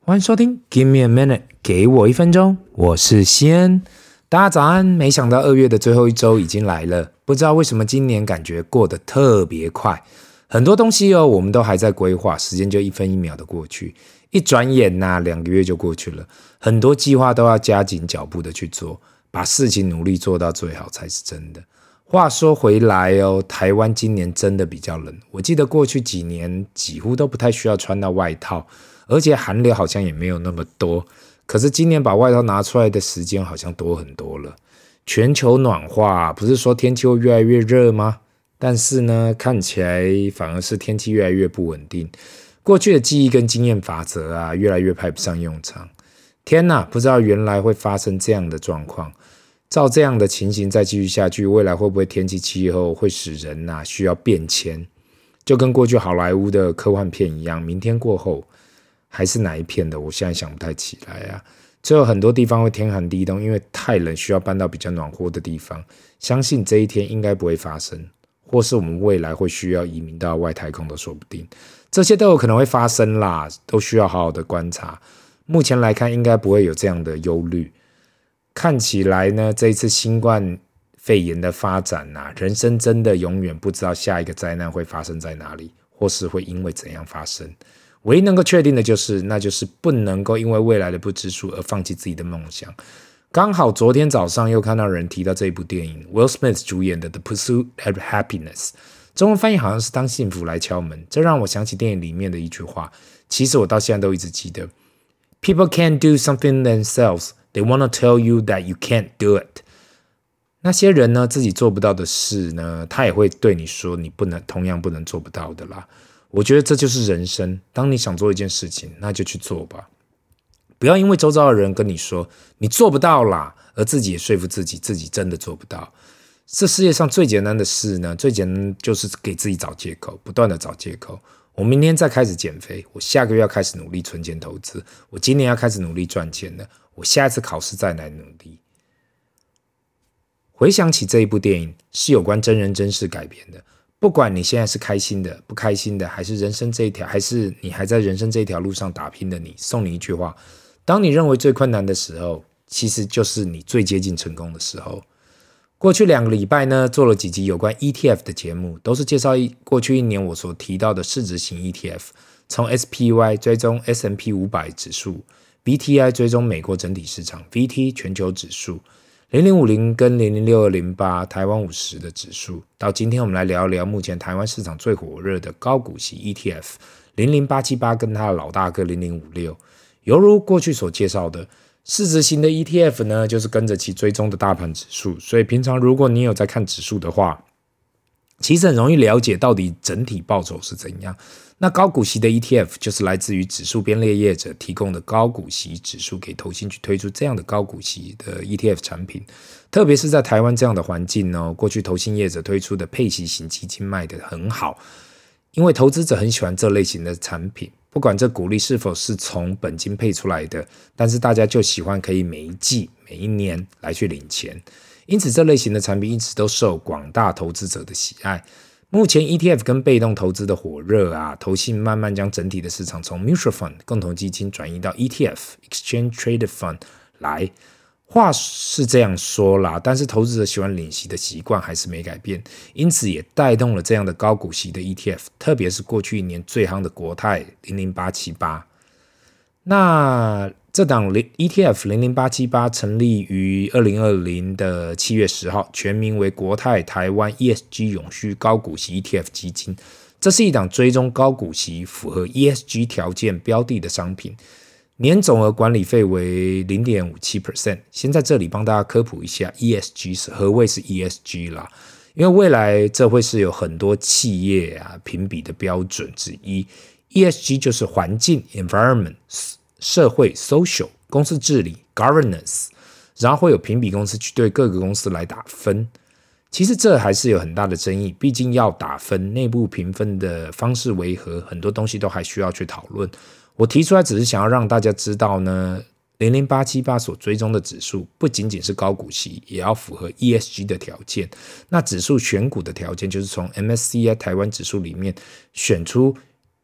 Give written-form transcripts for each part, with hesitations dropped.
欢迎收听 Give me a minute， 给我一分钟，我是西恩。大家早安，没想到2月的最后一周已经来了，不知道为什么今年感觉过得特别快，很多东西我们都还在规划，时间就一分一秒的过去，一转眼2个月就过去了，很多计划都要加紧脚步的去做，把事情努力做到最好才是真的。话说回来台湾今年真的比较冷，我记得过去几年几乎都不太需要穿到外套，而且寒流好像也没有那么多，可是今年把外套拿出来的时间好像多很多了。全球暖化不是说天气会越来越热吗？但是呢，看起来反而是天气越来越不稳定，过去的记忆跟经验法则越来越派不上用场。天哪，不知道原来会发生这样的状况。照这样的情形再继续下去，未来会不会天气气候会使人需要变迁？就跟过去好莱坞的科幻片一样，明天过后还是哪一片的，我现在想不太起来最后很多地方会天寒地冻，因为太冷需要搬到比较暖和的地方。相信这一天应该不会发生，或是我们未来会需要移民到外太空都说不定。这些都有可能会发生啦，都需要好好的观察。目前来看应该不会有这样的忧虑。看起来呢，这一次新冠肺炎的发展人生真的永远不知道下一个灾难会发生在哪里，或是会因为怎样发生。唯一能够确定的那就是不能够因为未来的不知数而放弃自己的梦想。刚好昨天早上又看到人提到这一部电影 Will Smith 主演的 The Pursuit of Happiness， 中文翻译好像是当幸福来敲门，这让我想起电影里面的一句话，其实我到现在都一直记得， People can't do something themselves, they want to tell you that you can't do it。 那些人呢，自己做不到的事呢，他也会对你说你同样不能做不到的啦。我觉得这就是人生，当你想做一件事情，那就去做吧，不要因为周遭的人跟你说你做不到啦，而自己也说服自己真的做不到。这世界上最简单的事呢，最简单就是给自己找借口，不断的找借口。我明天再开始减肥，我下个月要开始努力存钱投资，我今年要开始努力赚钱了，我下一次考试再来努力。回想起这一部电影是有关真人真事改编的，不管你现在是开心的、不开心的，还是你还在人生这一条路上打拼的你，送你一句话：当你认为最困难的时候，其实就是你最接近成功的时候。过去2个礼拜呢，做了几集有关 ETF 的节目，都是介绍过去1年我所提到的市值型 ETF， 从 SPY 追踪 S&P 500指数， VTI 追踪美国整体市场， VT 全球指数， 0050跟006208台湾50的指数。到今天我们来聊聊目前台湾市场最火热的高股息 ETF 00878跟它的老大哥0056。犹如过去所介绍的，市值型的 ETF 呢，就是跟着其追踪的大盘指数，所以平常如果你有在看指数的话，其实很容易了解到底整体报酬是怎样。那高股息的 ETF 就是来自于指数编列业者提供的高股息指数给投信去推出这样的高股息的 ETF 产品，特别是在台湾这样的环境过去投信业者推出的配息型基金卖得很好，因为投资者很喜欢这类型的产品，不管这股利是否是从本金配出来的，但是大家就喜欢可以每一季每一年来去领钱，因此这类型的产品一直都受广大投资者的喜爱。目前 ETF 跟被动投资的火热投信慢慢将整体的市场从 Mutual Fund 共同基金转移到 ETF Exchange Traded Fund 来。话是这样说啦，但是投资者喜欢领息的习惯还是没改变，因此也带动了这样的高股息的 ETF， 特别是过去1年最夯的国泰00878。那这档 ETF 00878成立于2020的7月10号，全名为国泰台湾 ESG 永续高股息 ETF 基金。这是一档追踪高股息符合 ESG 条件标的的商品，年总额管理费为 0.57%。 先在这里帮大家科普一下 ESG 是何谓是 ESG 啦，因为未来这会是有很多企业评比的标准之一。 ESG 就是环境 Environment， 社会 Social， 公司治理 Governance， 然后会有评比公司去对各个公司来打分。其实这还是有很大的争议，毕竟要打分，内部评分的方式为何，很多东西都还需要去讨论。我提出来只是想要让大家知道呢，00878所追踪的指数不仅仅是高股息，也要符合 ESG 的条件。那指数选股的条件就是从 MSCI 台湾指数里面选出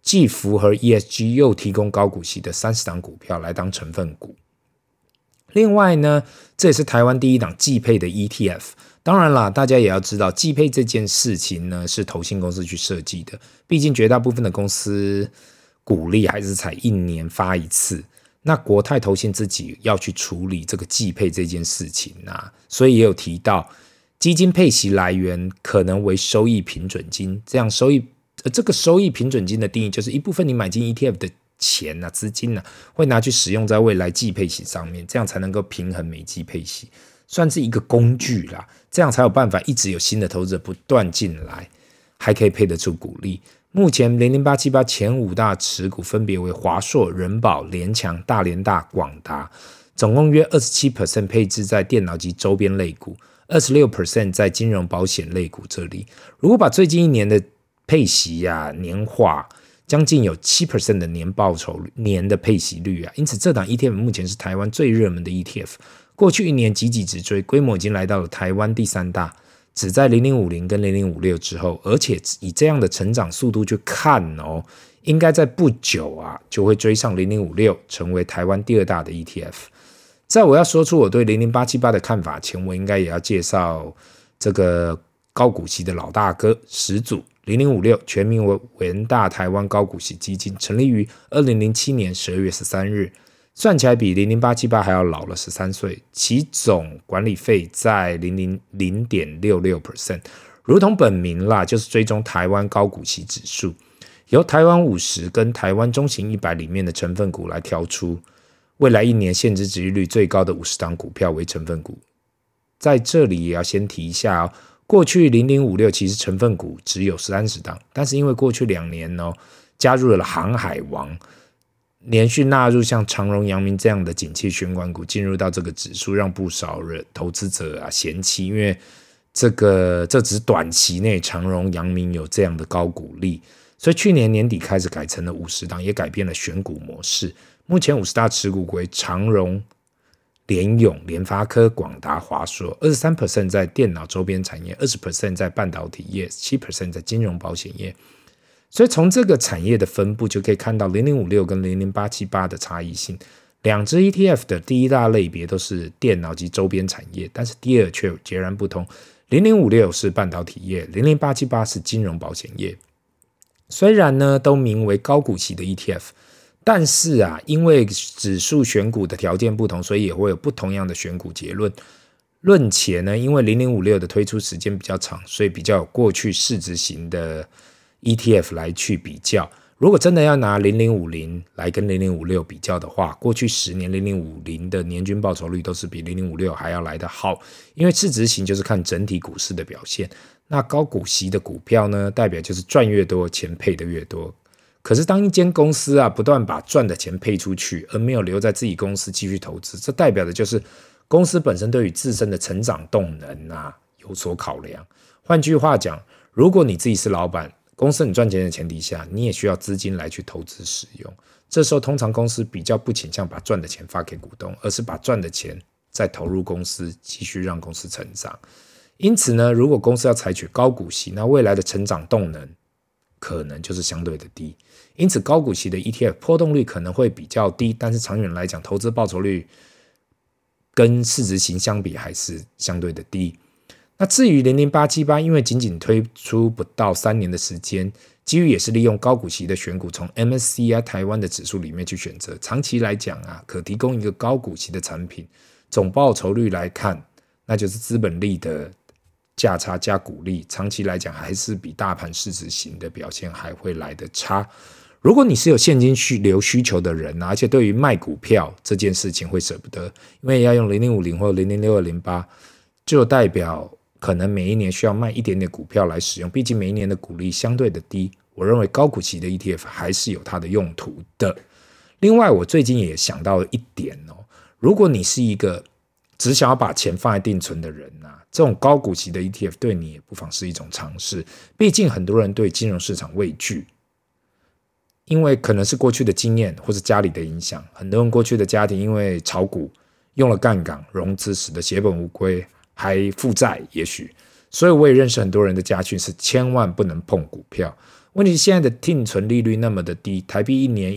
既符合 ESG 又提供高股息的30档股票来当成分股。另外呢，这也是台湾第一档季配的 ETF。当然啦，大家也要知道，季配这件事情呢是投信公司去设计的，毕竟绝大部分的公司股利还是才1年发一次。那国泰投信自己要去处理这个季配这件事情啊，所以也有提到基金配息来源可能为收益平准金。这个收益平准金的定义就是一部分你买进 ETF 的钱啊，资金啊，会拿去使用在未来季配息上面，这样才能够平衡每季配息，算是一个工具啦，这样才有办法一直有新的投资者不断进来，还可以配得出股利。目前00878前5大持股分别为华硕、人保、联强、大联大、广达，总共约 27% 配置在电脑及周边类股， 26% 在金融保险类股这里。如果把最近1年的配息啊年化，将近有 7% 的年报酬年的配息率啊，因此这档 ETF 目前是台湾最热门的 ETF。过去1年积极直追，规模已经来到了台湾第3大，只在0050跟0056之后，而且以这样的成长速度去看哦，应该在不久啊就会追上0056，成为台湾第2大的 ETF。在我要说出我对00878的看法前，我应该也要介绍这个高股息的老大哥始祖0056，全名为元大台湾高股息基金，成立于2007年12月13日，算起来比00878还要老了13岁，其总管理费在 0.66%， 如同本名啦，就是追踪台湾高股息指数，由台湾50跟台湾中型100里面的成分股来挑出未来1年现值殖利率最高的50档股票为成分股。在这里也要先提一下哦，过去0056其实成分股只有30档，但是因为过去2年加入了航海王，连续纳入像长荣、阳明这样的景气选管股进入到这个指数，让不少人投资者嫌弃，因为这只是短期内长荣、阳明有这样的高股利，所以去年年底开始改成了50档，也改变了选股模式。目前50大持股为长荣、联咏、联发科、广达、华硕， 23% 在电脑周边产业， 20% 在半导体业， 7% 在金融保险业。所以从这个产业的分布就可以看到0056跟00878的差异性。两支 ETF 的第1大类别都是电脑及周边产业，但是第2却截然不同。0056是半导体业，00878是金融保险业。虽然呢都名为高股息的 ETF， 但是因为指数选股的条件不同，所以也会有不同样的选股结论。论且呢，因为0056的推出时间比较长，所以比较有过去市值型的 ETF 来去比较。如果真的要拿0050来跟0056比较的话，过去10年0050的年均报酬率都是比0056还要来得好，因为市值型就是看整体股市的表现，那高股息的股票呢，代表就是赚越多，钱配的越多。可是当一间公司不断把赚的钱配出去，而没有留在自己公司继续投资，这代表的就是公司本身对于自身的成长动能有所考量。换句话讲，如果你自己是老板，公司很赚钱的前提下，你也需要资金来去投资使用。这时候通常公司比较不倾向把赚的钱发给股东，而是把赚的钱再投入公司，继续让公司成长。因此呢，如果公司要采取高股息，那未来的成长动能可能就是相对的低。因此高股息的 ETF 波动率可能会比较低，但是长远来讲，投资报酬率跟市值型相比还是相对的低。那至于00878，因为仅仅推出不到3年的时间，基于也是利用高股息的选股从 MSCI 台湾的指数里面去选择，长期来讲可提供一个高股息的产品，总报酬率来看，那就是资本利的价差加股利，长期来讲还是比大盘市值型的表现还会来得差。如果你是有现金流需求的人而且对于卖股票这件事情会舍不得，因为要用0050或006208，就代表可能每一年需要卖一点点股票来使用，毕竟每一年的股利相对的低，我认为高股息的 ETF 还是有它的用途的。另外我最近也想到一点如果你是一个只想要把钱放在定存的人这种高股息的 ETF 对你也不妨是一种尝试。毕竟很多人对金融市场畏惧，因为可能是过去的经验或是家里的影响，很多人过去的家庭因为炒股用了杠杆融资，使得血本无归，还负债也许。所以我也认识很多人的家训是千万不能碰股票。 问题是现在的定存利率那么的低，台币一年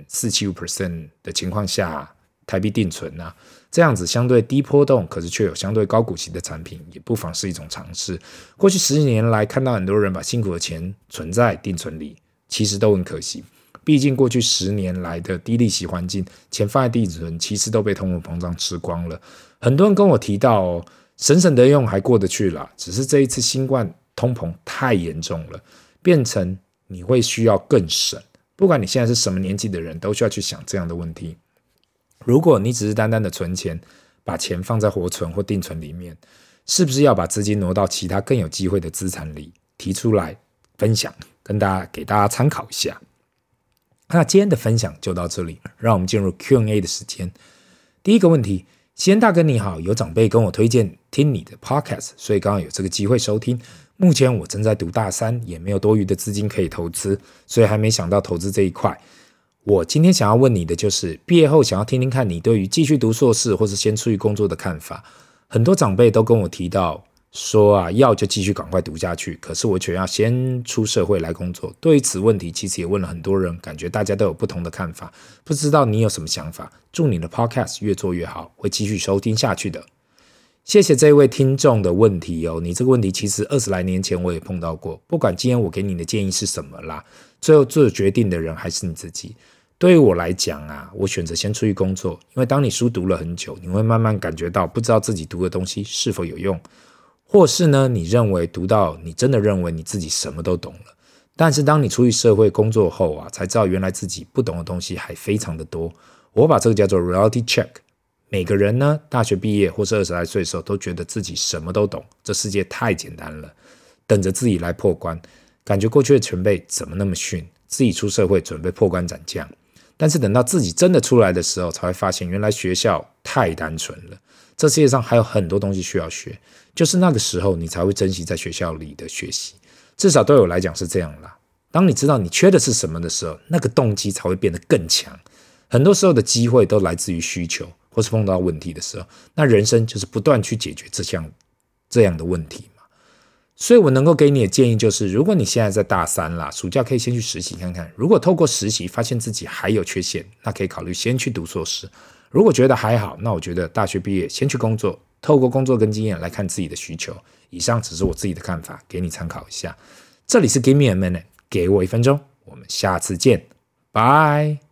1.475% 的情况下，台币定存啊，这样子相对低波动，可是却有相对高股息的产品，也不妨是一种尝试。过去10年来，看到很多人把辛苦的钱存在定存里，其实都很可惜。毕竟过去10年来的低利息环境，钱放在定存其实都被通货膨胀吃光了。很多人跟我提到省省的用还过得去啦，只是这一次新冠通膨太严重了，变成你会需要更省。不管你现在是什么年纪的人，都需要去想这样的问题。如果你只是单单的存钱，把钱放在活存或定存里面，是不是要把资金挪到其他更有机会的资产里？提出来分享，给大家参考一下。那今天的分享就到这里，让我们进入 Q&A 的时间。第一个问题，西恩大哥你好，有长辈跟我推荐听你的 podcast， 所以刚好有这个机会收听。目前我正在读大3，也没有多余的资金可以投资，所以还没想到投资这一块。我今天想要问你的就是，毕业后想要听听看你对于继续读硕士或是先出去工作的看法。很多长辈都跟我提到说啊，要就继续赶快读下去，可是我却要先出社会来工作。对于此问题，其实也问了很多人，感觉大家都有不同的看法，不知道你有什么想法？祝你的 podcast 越做越好，会继续收听下去的。谢谢这位听众的问题哦，你这个问题其实20来年前我也碰到过。不管今天我给你的建议是什么啦，最后做决定的人还是你自己。对于我来讲啊，我选择先出去工作，因为当你书读了很久，你会慢慢感觉到不知道自己读的东西是否有用，或是呢，你认为读到你真的认为你自己什么都懂了，但是当你出去社会工作后啊，才知道原来自己不懂的东西还非常的多。我把这个叫做 reality check。每个人呢，大学毕业或是20来岁的时候，都觉得自己什么都懂，这世界太简单了，等着自己来破关。感觉过去的前辈怎么那么逊，自己出社会准备破关斩将。但是等到自己真的出来的时候，才会发现原来学校太单纯了，这世界上还有很多东西需要学，就是那个时候你才会珍惜在学校里的学习。至少对我来讲是这样啦。当你知道你缺的是什么的时候，那个动机才会变得更强。很多时候的机会都来自于需求，或是碰到问题的时候，那人生就是不断去解决这样的问题嘛。所以我能够给你的建议就是，如果你现在在大3啦，暑假可以先去实习看看。如果透过实习发现自己还有缺陷，那可以考虑先去读硕士。如果觉得还好，那我觉得大学毕业先去工作，透过工作跟经验来看自己的需求。以上只是我自己的看法，给你参考一下。这里是 Give me a minute， 给我1分钟，我们下次见，拜。